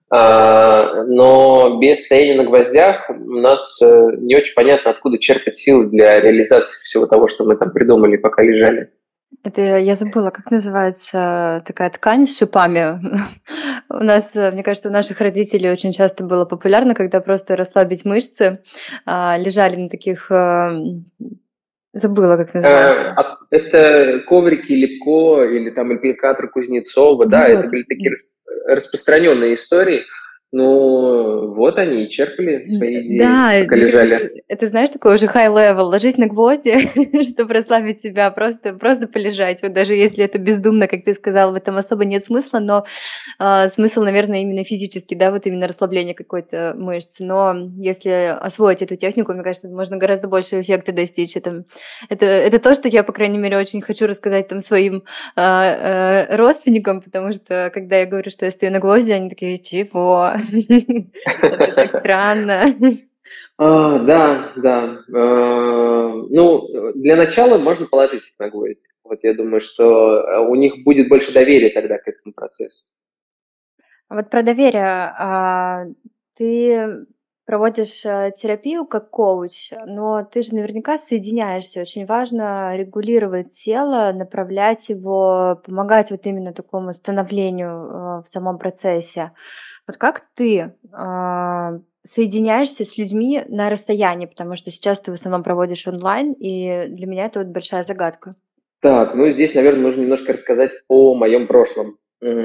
Но без стояния на гвоздях у нас не очень понятно, откуда черпать силы для реализации всего того, что мы там придумали, пока лежали. Это я забыла, как называется такая ткань с шипами. У нас, мне кажется, у наших родителей очень часто было популярно, когда просто расслабить мышцы, лежали на таких, забыла, как называется. Это коврики Липко или там аппликатор Кузнецова, да, это Вот. были такие распространенные истории. Ну, вот они и черпали свои идеи, Да, пока мне кажется, лежали. это, знаешь, такой уже high level. Ложись на гвозди, чтобы расслабить себя, просто полежать. Вот даже если это бездумно, как ты сказала, в этом особо нет смысла, но смысл, наверное, именно физический, да, вот именно расслабление какой-то мышцы. Но если освоить эту технику, мне кажется, можно гораздо больше эффекта достичь. Это то, что я, по крайней мере, очень хочу рассказать там своим родственникам, потому что, когда я говорю, что я стою на гвозди, они такие, чего? Это так странно. Да, да. Ну, для начала можно положить их на гвозди. Вот я думаю, что у них будет больше доверия тогда к этому процессу. А вот про доверие. Ты проводишь терапию как коуч, но ты же наверняка соединяешься. Очень важно регулировать тело, направлять его, помогать вот именно такому становлению в самом процессе. Вот как ты соединяешься с людьми на расстоянии, потому что сейчас ты в основном проводишь онлайн, и для меня это вот большая загадка. Так, ну здесь, наверное, нужно немножко рассказать о моем прошлом.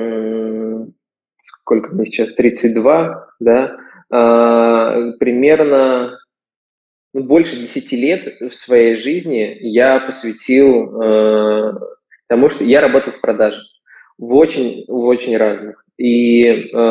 Сколько мне сейчас? 32, да? Примерно больше 10 лет в своей жизни я посвятил тому, что я работал в продаже в очень разных. И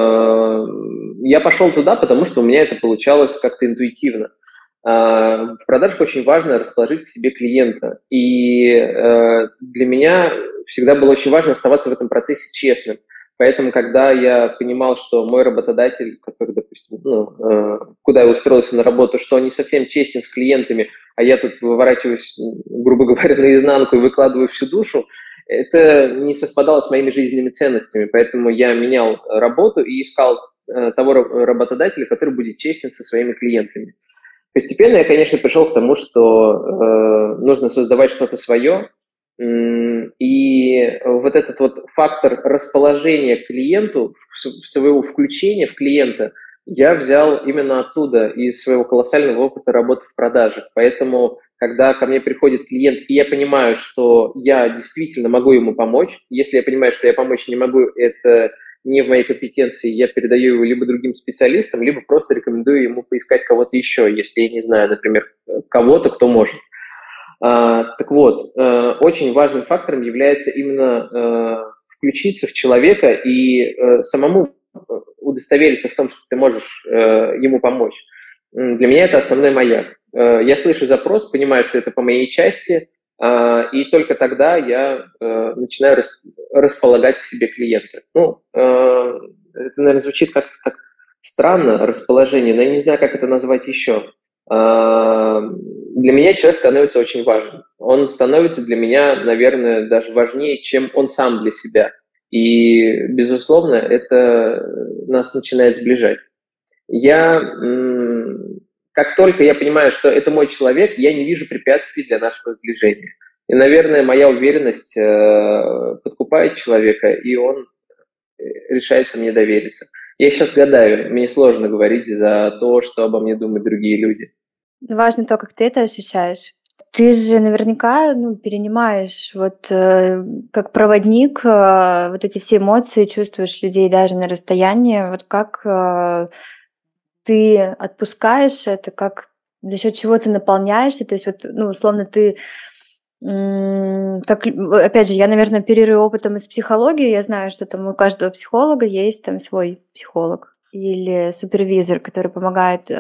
я пошел туда, потому что у меня это получалось как-то интуитивно. В продажах очень важно расположить к себе клиента. И для меня всегда было очень важно оставаться в этом процессе честным. Поэтому, когда я понимал, что мой работодатель, который, допустим, куда я устроился на работу, что он не совсем честен с клиентами, а я тут выворачиваюсь, грубо говоря, наизнанку и выкладываю всю душу, это не совпадало с моими жизненными ценностями. Поэтому я менял работу и искал того работодателя, который будет честен со своими клиентами. Постепенно я, конечно, пришел к тому, что нужно создавать что-то свое, и вот этот вот фактор расположения к клиенту, своего включения в клиента, я взял именно оттуда, из своего колоссального опыта работы в продажах. Поэтому, когда ко мне приходит клиент, и я понимаю, что я действительно могу ему помочь, если я понимаю, что я помочь не могу, это не в моей компетенции, я передаю его либо другим специалистам, либо просто рекомендую ему поискать кого-то еще, если я не знаю, например, кого-то, кто может. Так вот, очень важным фактором является именно включиться в человека и самому удостовериться в том, что ты можешь ему помочь. Для меня это основной маяк. Я слышу запрос, понимаю, что это по моей части, и только тогда я начинаю располагать к себе клиента. Ну, это, наверное, звучит как-то так странно, расположение, но я не знаю, как это назвать еще. Для меня человек становится очень важным. Он становится для меня, наверное, даже важнее, чем он сам для себя. И, безусловно, это нас начинает сближать. Как только я понимаю, что это мой человек, я не вижу препятствий для нашего сближения. И, наверное, моя уверенность подкупает человека, и он решается мне довериться. Я сейчас гадаю, мне сложно говорить за то, что обо мне думают другие люди. Важно то, как ты это ощущаешь. Ты же наверняка перенимаешь как проводник вот эти все эмоции, чувствуешь людей даже на расстоянии. Вот как ты отпускаешь это, как за счет чего ты наполняешься, то есть условно ты опять же, я, наверное, оперирую опытом из психологии, я знаю, что там у каждого психолога есть там свой психолог или супервизор, который помогает,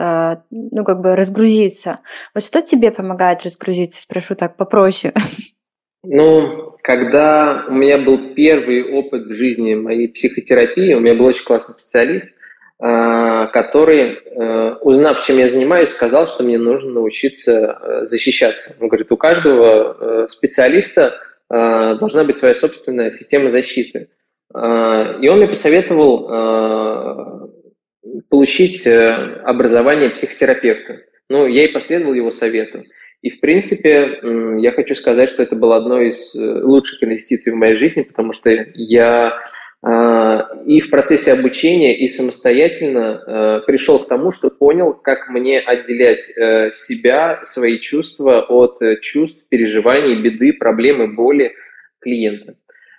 разгрузиться. Вот что тебе помогает разгрузиться? Спрошу так попроще. Ну, когда у меня был первый опыт в жизни моей психотерапии, у меня был очень классный специалист, который, узнав, чем я занимаюсь, сказал, что мне нужно научиться защищаться. Он говорит, у каждого специалиста должна быть своя собственная система защиты. И он мне посоветовал получить образование психотерапевта. Ну, я и последовал его совету. И, в принципе, я хочу сказать, что это было одной из лучших инвестиций в моей жизни, потому что я и в процессе обучения, и самостоятельно пришел к тому, что понял, как мне отделять себя, свои чувства от чувств, переживаний, беды, проблемы, боли клиента.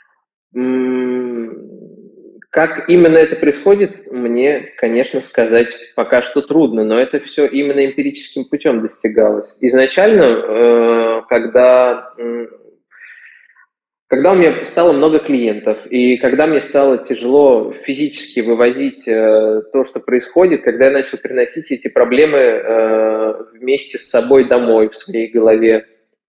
Как именно это происходит, мне, конечно, сказать пока что трудно, но это все именно эмпирическим путем достигалось. Изначально, когда у меня стало много клиентов, и когда мне стало тяжело физически вывозить то, что происходит, когда я начал приносить эти проблемы вместе с собой домой, в своей голове,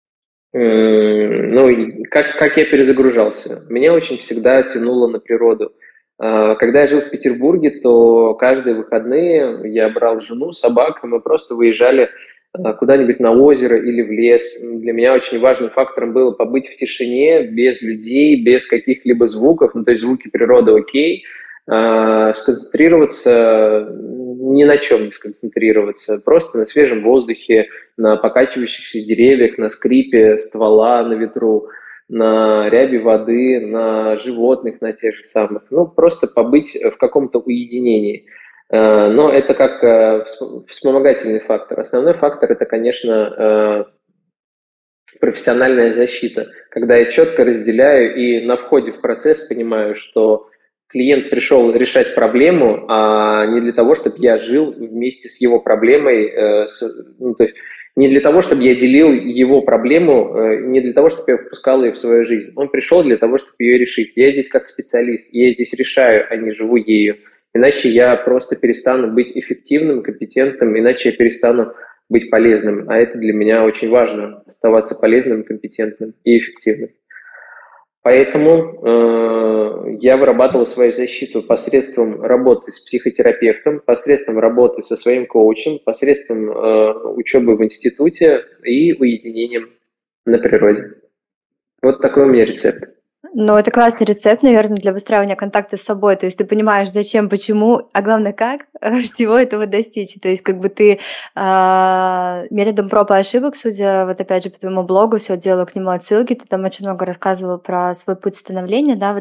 как я перезагружался. Меня очень всегда тянуло на природу. Когда я жил в Петербурге, то каждые выходные я брал жену, собак, и мы просто выезжали куда-нибудь на озеро или в лес. Для меня очень важным фактором было побыть в тишине, без людей, без каких-либо звуков, то есть звуки природы окей, сконцентрироваться, ни на чем не сконцентрироваться, просто на свежем воздухе, на покачивающихся деревьях, на скрипе ствола на ветру, на ряби воды, на животных, на тех же самых. Просто побыть в каком-то уединении. Но это как вспомогательный фактор. Основной фактор – это, конечно, профессиональная защита, когда я четко разделяю и на входе в процесс понимаю, что клиент пришел решать проблему, а не для того, чтобы я жил вместе с его проблемой, то есть не для того, чтобы я делил его проблему, не для того, чтобы я впускал ее в свою жизнь. Он пришел для того, чтобы ее решить. Я здесь как специалист, я здесь решаю, а не живу ею. Иначе я просто перестану быть эффективным, компетентным, иначе я перестану быть полезным. А это для меня очень важно, оставаться полезным, компетентным и эффективным. Поэтому я вырабатывал свою защиту посредством работы с психотерапевтом, посредством работы со своим коучем, посредством учебы в институте и уединением на природе. Вот такой у меня рецепт. Ну, это классный рецепт, наверное, для выстраивания контакта с собой. То есть ты понимаешь, зачем, почему, а главное, как всего этого достичь. То есть как бы ты методом проб и ошибок, судя вот опять же по твоему блогу, все делаю к нему отсылки, ты там очень много рассказывал про свой путь становления, да,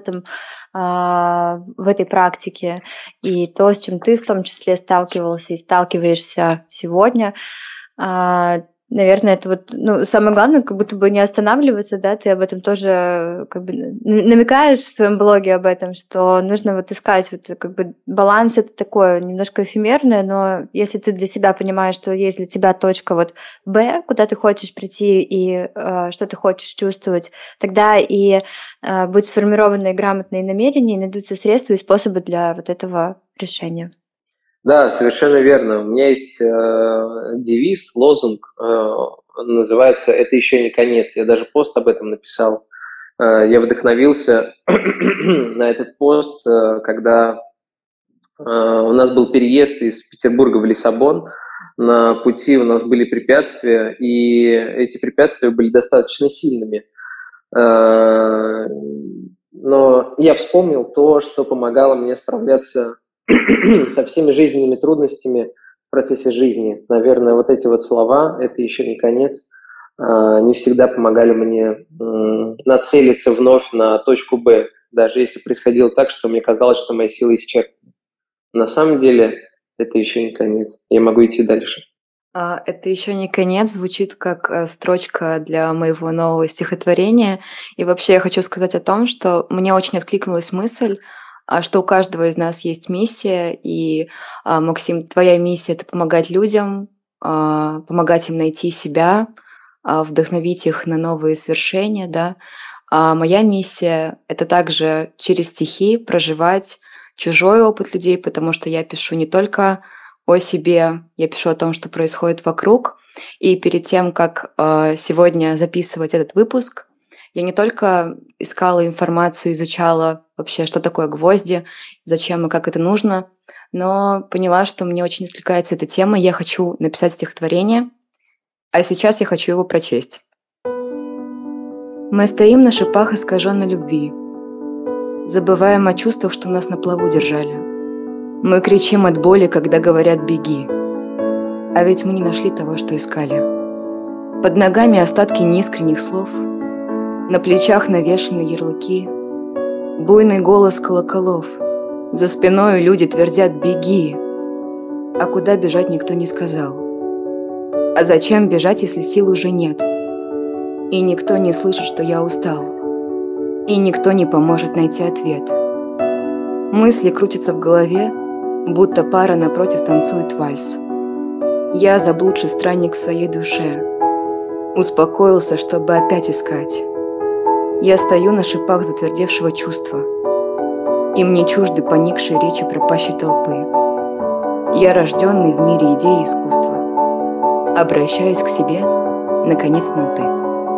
в этой практике, и то, с чем ты в том числе сталкивался и сталкиваешься сегодня. Наверное, это вот, самое главное, как будто бы не останавливаться, да, ты об этом тоже как бы намекаешь в своем блоге об этом, что нужно вот искать вот как бы баланс, это такое немножко эфемерное, но если ты для себя понимаешь, что есть для тебя точка вот Б, куда ты хочешь прийти и что ты хочешь чувствовать, тогда и будут сформированные грамотные намерения, и найдутся средства и способы для вот этого решения. Да, совершенно верно. У меня есть девиз, лозунг, называется «Это еще не конец». Я даже пост об этом написал. Я вдохновился на этот пост, когда у нас был переезд из Петербурга в Лиссабон. На пути у нас были препятствия, и эти препятствия были достаточно сильными. Но я вспомнил то, что помогало мне справляться со всеми жизненными трудностями в процессе жизни. Наверное, вот эти вот слова «это еще не конец» не всегда помогали мне нацелиться вновь на точку «Б», даже если происходило так, что мне казалось, что мои силы исчерпаны. На самом деле это еще не конец. Я могу идти дальше. Это еще не конец, звучит как строчка для моего нового стихотворения. И вообще я хочу сказать о том, что мне очень откликнулась мысль, что у каждого из нас есть миссия, и, Максим, твоя миссия – это помогать людям, помогать им найти себя, вдохновить их на новые свершения, да. А моя миссия – это также через стихи проживать чужой опыт людей, потому что я пишу не только о себе, я пишу о том, что происходит вокруг. И перед тем, как сегодня записывать этот выпуск, Я не только искала информацию, изучала вообще, что такое гвозди, зачем и как это нужно, но поняла, что мне очень отвлекается эта тема, я хочу написать стихотворение, а сейчас я хочу его прочесть. Мы стоим на шипах искаженной любви, забываем о чувствах, что нас на плаву держали. Мы кричим от боли, когда говорят «беги», а ведь мы не нашли того, что искали. Под ногами остатки неискренних слов, на плечах навешаны ярлыки, буйный голос колоколов, за спиной люди твердят «беги», а куда бежать никто не сказал. А зачем бежать, если сил уже нет? И никто не слышит, что я устал, и никто не поможет найти ответ. Мысли крутятся в голове, будто пара напротив танцует вальс. Я заблудший странник в своей душе, успокоился, чтобы опять искать. Я стою на шипах затвердевшего чувства, и мне чужды поникшие речи пропащей толпы. Я рожденный в мире идей и искусства, обращаюсь к себе, наконец, на «ты».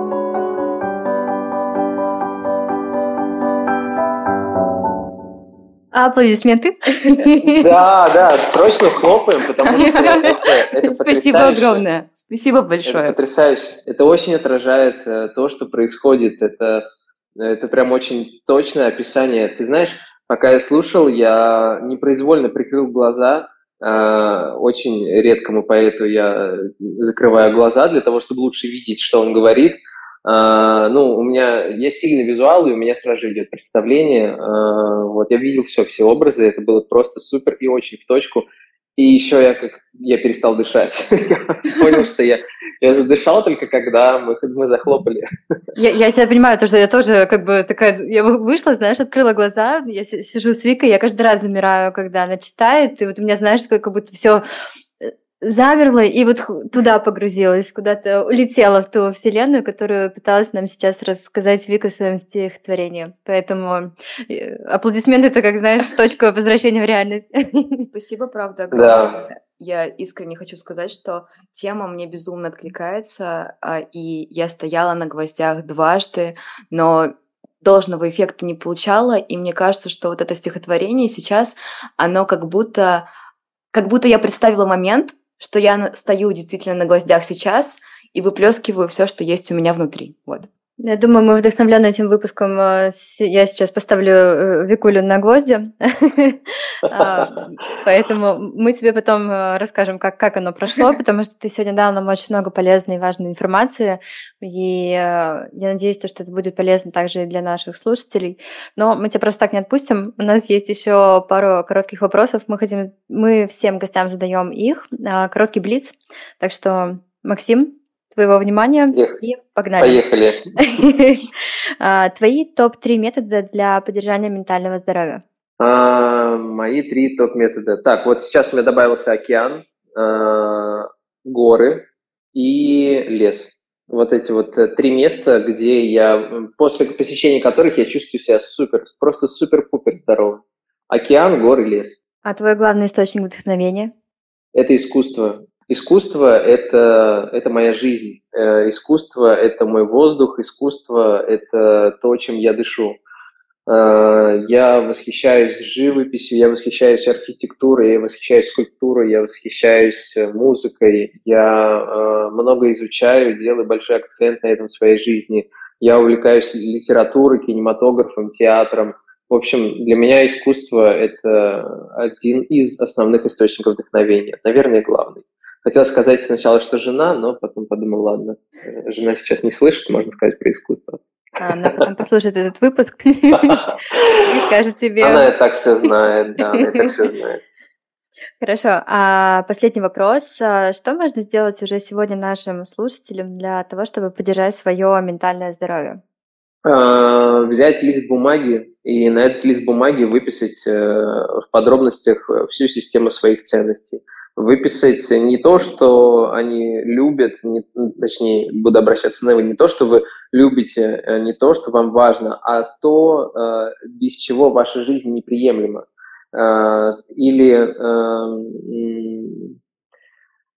Аплодисменты. Да, срочно хлопаем, потому что это Спасибо огромное. Спасибо большое. Это потрясающе. Это очень отражает то, что происходит. Это прям очень точное описание. Ты знаешь, пока я слушал, я непроизвольно прикрыл глаза. Очень редкому поэту я закрываю глаза для того, чтобы лучше видеть, что он говорит. У меня есть сильный визуал, и у меня сразу же идет представление. Я видел все образы, это было просто супер и очень в точку. И еще я перестал дышать. Я понял, что я задышал только когда мы захлопали. Я тебя понимаю, то, что я тоже такая, я вышла, знаешь, открыла глаза, я сижу с Викой, я каждый раз замираю, когда она читает, и вот у меня, знаешь, как будто все замерла и вот туда погрузилась, куда-то улетела в ту вселенную, которую пыталась нам сейчас рассказать Вика в своем стихотворении. Поэтому аплодисменты — это, как знаешь, точка возвращения в реальность. Спасибо, правда, огромное. Да. Я искренне хочу сказать, что тема мне безумно откликается, и я стояла на гвоздях дважды, но должного эффекта не получала, и мне кажется, что вот это стихотворение сейчас, оно как будто я представила момент, что я стою действительно на гвоздях сейчас и выплескиваю все, что есть у меня внутри. Вот. Я думаю, мы вдохновлены этим выпуском. Я сейчас поставлю Викулю на гвозди, поэтому мы тебе потом расскажем, как оно прошло, потому что ты сегодня дал нам очень много полезной и важной информации, и я надеюсь, что это будет полезно также и для наших слушателей. Но мы тебя просто так не отпустим. У нас есть еще пару коротких вопросов. Мы всем гостям задаем их, короткий блиц. Так что, Максим, твоего внимания и погнали. Поехали. Твои топ-3 метода для поддержания ментального здоровья? Мои 3 топ-метода. Так, вот сейчас у меня добавился океан, горы и лес. Вот эти вот 3 места, где после посещения которых я чувствую себя просто супер-пупер здоровым. Океан, горы, лес. А твой главный источник вдохновения? Это искусство. Искусство – это моя жизнь. Искусство – это мой воздух. Искусство – это то, чем я дышу. Я восхищаюсь живописью, я восхищаюсь архитектурой, я восхищаюсь скульптурой, я восхищаюсь музыкой. Я много изучаю, делаю большой акцент на этом в своей жизни. Я увлекаюсь литературой, кинематографом, театром. В общем, для меня искусство – это один из основных источников вдохновения. Наверное, главный. Хотел сказать сначала, что жена, но потом подумал, ладно, жена сейчас не слышит, можно сказать про искусство. Она потом послушает этот выпуск и скажет тебе... Она и так все знает, да, она и так все знает. Хорошо, а последний вопрос. Что можно сделать уже сегодня нашим слушателям для того, чтобы поддержать свое ментальное здоровье? Взять лист бумаги и на этот лист бумаги выписать в подробностях всю систему своих ценностей. Выписать не то, что они любят, точнее, буду обращаться на вы, не то, что вы любите, не то, что вам важно, а то, без чего ваша жизнь неприемлема. Или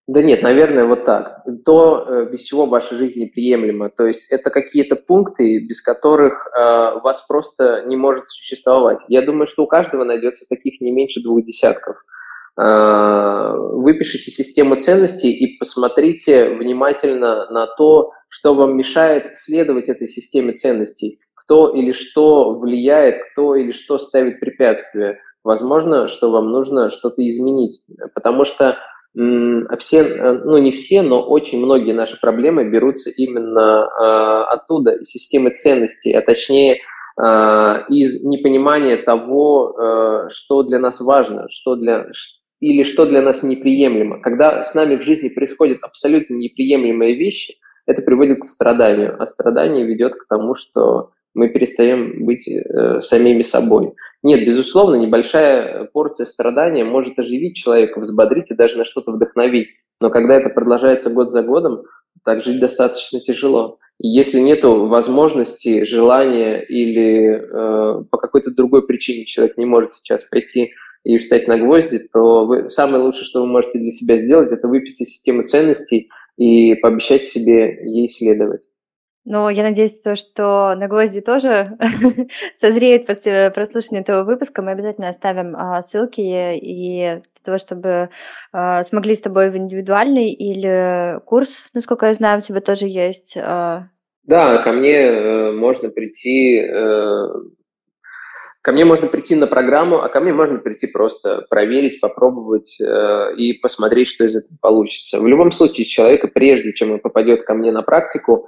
Да нет, наверное, вот так. То, без чего ваша жизнь неприемлема. То есть это какие-то пункты, без которых вас просто не может существовать. Я думаю, что у каждого найдется таких не меньше 2 десятков. Выпишите систему ценностей и посмотрите внимательно на то, что вам мешает следовать этой системе ценностей. Кто или что влияет, кто или что ставит препятствия. Возможно, что вам нужно что-то изменить. Потому что все, ну не все, но очень многие наши проблемы берутся именно оттуда, из системы ценностей, а точнее из непонимания того, что для нас важно, что для нас неприемлемо. Когда с нами в жизни происходят абсолютно неприемлемые вещи, это приводит к страданию, а страдание ведет к тому, что мы перестаем быть самими собой. Нет, безусловно, небольшая порция страдания может оживить человека, взбодрить и даже на что-то вдохновить. Но когда это продолжается год за годом, так жить достаточно тяжело. И если нет возможности, желания или по какой-то другой причине человек не может сейчас пойти и встать на гвозди, то самое лучшее, что вы можете для себя сделать, это выписать систему ценностей и пообещать себе ей следовать. Но я надеюсь, что на гвозди тоже созреет после прослушивания этого выпуска. Мы обязательно оставим ссылки и для того, чтобы смогли с тобой в индивидуальный или курс, насколько я знаю, у тебя тоже есть. Да, ко мне можно прийти на программу, а ко мне можно прийти просто проверить, попробовать и посмотреть, что из этого получится. В любом случае, человека, прежде чем он попадет ко мне на практику,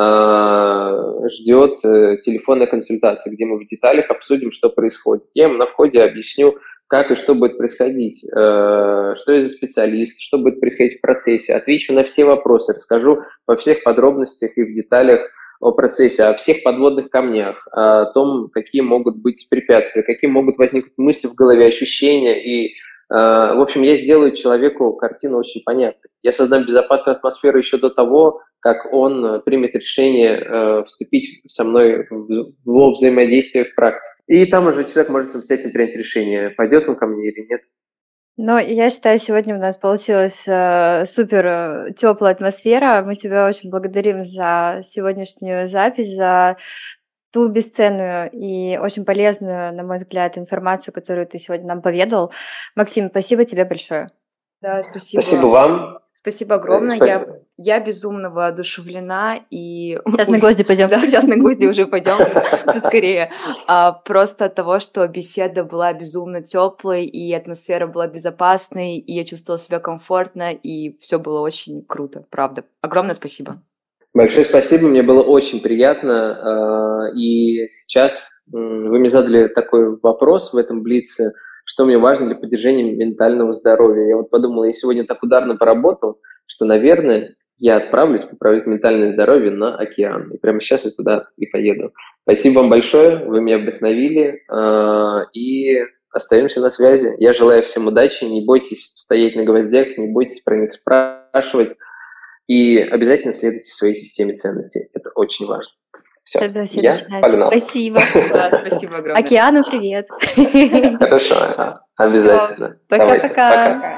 ждет телефонная консультация, где мы в деталях обсудим, что происходит. Я ему на входе объясню, как и что будет происходить, что я за специалист, что будет происходить в процессе, отвечу на все вопросы, расскажу во всех подробностях и в деталях о процессе, о всех подводных камнях, о том, какие могут быть препятствия, какие могут возникнуть мысли в голове, ощущения. И, в общем, я сделаю человеку картину очень понятной. Я создам безопасную атмосферу еще до того, как он примет решение вступить со мной во взаимодействие в практике. И там уже человек может самостоятельно принять решение, пойдет он ко мне или нет. Но я считаю, сегодня у нас получилась супер теплая атмосфера. Мы тебя очень благодарим за сегодняшнюю запись, за ту бесценную и очень полезную, на мой взгляд, информацию, которую ты сегодня нам поведал. Максим, спасибо тебе большое. Да, спасибо. Спасибо вам. Спасибо огромное. Я безумно воодушевлена. И... Сейчас на гвозди пойдем. Да, сейчас на гвозди уже пойдем скорее. Просто от того, что беседа была безумно теплой, и атмосфера была безопасной, и я чувствовала себя комфортно, и все было очень круто, правда. Огромное спасибо. Большое спасибо, мне было очень приятно. И сейчас вы мне задали такой вопрос в этом блице, что мне важно для поддержания ментального здоровья. Я вот подумал, я сегодня так ударно поработал, что, наверное, я отправлюсь поправить ментальное здоровье на океан. И прямо сейчас я туда и поеду. Спасибо вам большое, вы меня вдохновили. И остаемся на связи. Я желаю всем удачи, не бойтесь стоять на гвоздях, не бойтесь про них спрашивать. И обязательно следуйте своей системе ценностей. Это очень важно. Все, я погнал. Спасибо. Да, спасибо огромное. Океану привет. Хорошо, обязательно. Пока-пока.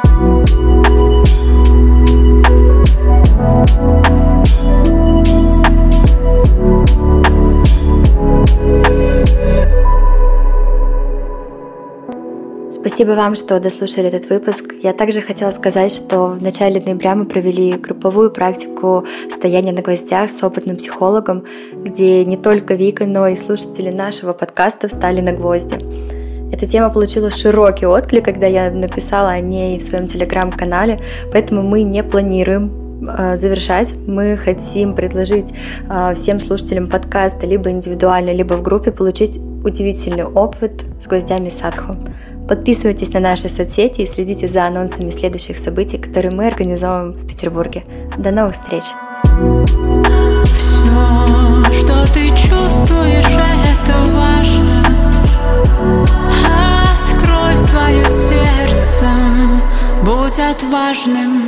Спасибо вам, что дослушали этот выпуск. Я также хотела сказать, что в начале ноября мы провели групповую практику стояния на гвоздях с опытным психологом, где не только Вика, но и слушатели нашего подкаста встали на гвозди. Эта тема получила широкий отклик, когда я написала о ней в своем телеграм-канале, поэтому мы не планируем завершать. Мы хотим предложить всем слушателям подкаста либо индивидуально, либо в группе получить удивительный опыт с гвоздями садху. Подписывайтесь на наши соцсети и следите за анонсами следующих событий, которые мы организовываем в Петербурге. До новых встреч! Все, что ты чувствуешь, это важно. Открой свое сердце, будь отважным.